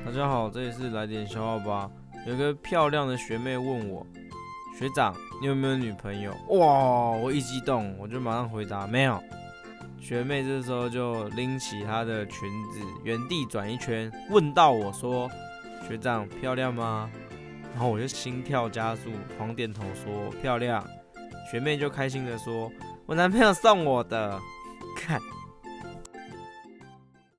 大家好，这里是来点小号吧。有个漂亮的学妹问我，学长，你有没有女朋友？哇，我一激动，我就马上回答没有。学妹这时候就拎起她的裙子，原地转一圈，问到我说：学长漂亮吗？然后我就心跳加速，狂点头说漂亮。学妹就开心的说：我男朋友送我的。看，